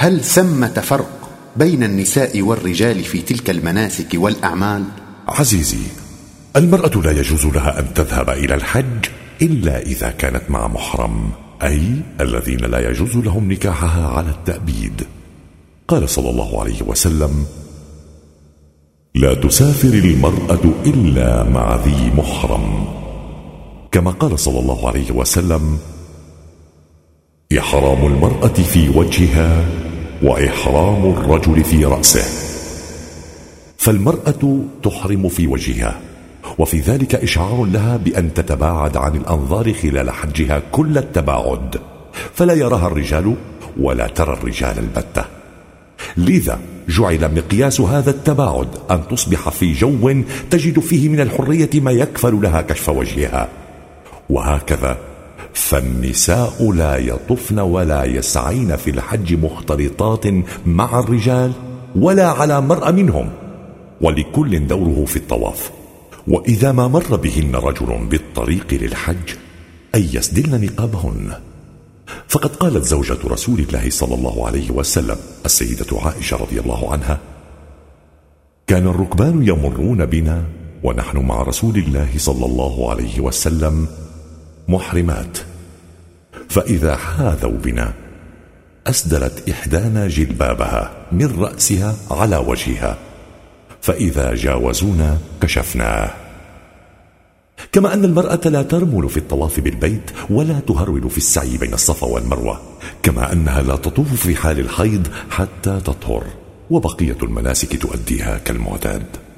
هل ثمة فرق بين النساء والرجال في تلك المناسك والأعمال؟ عزيزي، المرأة لا يجوز لها أن تذهب إلى الحج إلا إذا كانت مع محرم، أي الذين لا يجوز لهم نكاحها على التأبيد. قال صلى الله عليه وسلم: لا تسافر المرأة إلا مع ذي محرم. كما قال صلى الله عليه وسلم: إحرام المرأة في وجهها وإحرام الرجل في رأسه. فالمرأة تحرم في وجهها، وفي ذلك إشعار لها بأن تتباعد عن الأنظار خلال حجها كل التباعد، فلا يراها الرجال ولا ترى الرجال البتة. لذا جعل مقياس هذا التباعد أن تصبح في جو تجد فيه من الحرية ما يكفل لها كشف وجهها. وهكذا فالنساء لا يطفن ولا يسعين في الحج مختلطات مع الرجال ولا على مرأى منهم، ولكل دوره في الطواف. وإذا ما مر بهن رجل بالطريق للحج أن يسدلن نقابهن. فقد قالت زوجة رسول الله صلى الله عليه وسلم السيدة عائشة رضي الله عنها: كان الركبان يمرون بنا ونحن مع رسول الله صلى الله عليه وسلم محرمات، فإذا حاذوا بنا أسدلت إحدانا جلبابها من رأسها على وجهها، فإذا جاوزونا كشفناه. كما أن المرأة لا ترمل في الطواف بالبيت ولا تهرول في السعي بين الصفا والمروة، كما أنها لا تطوف في حال الحيض حتى تطهر، وبقية المناسك تؤديها كالمعتاد.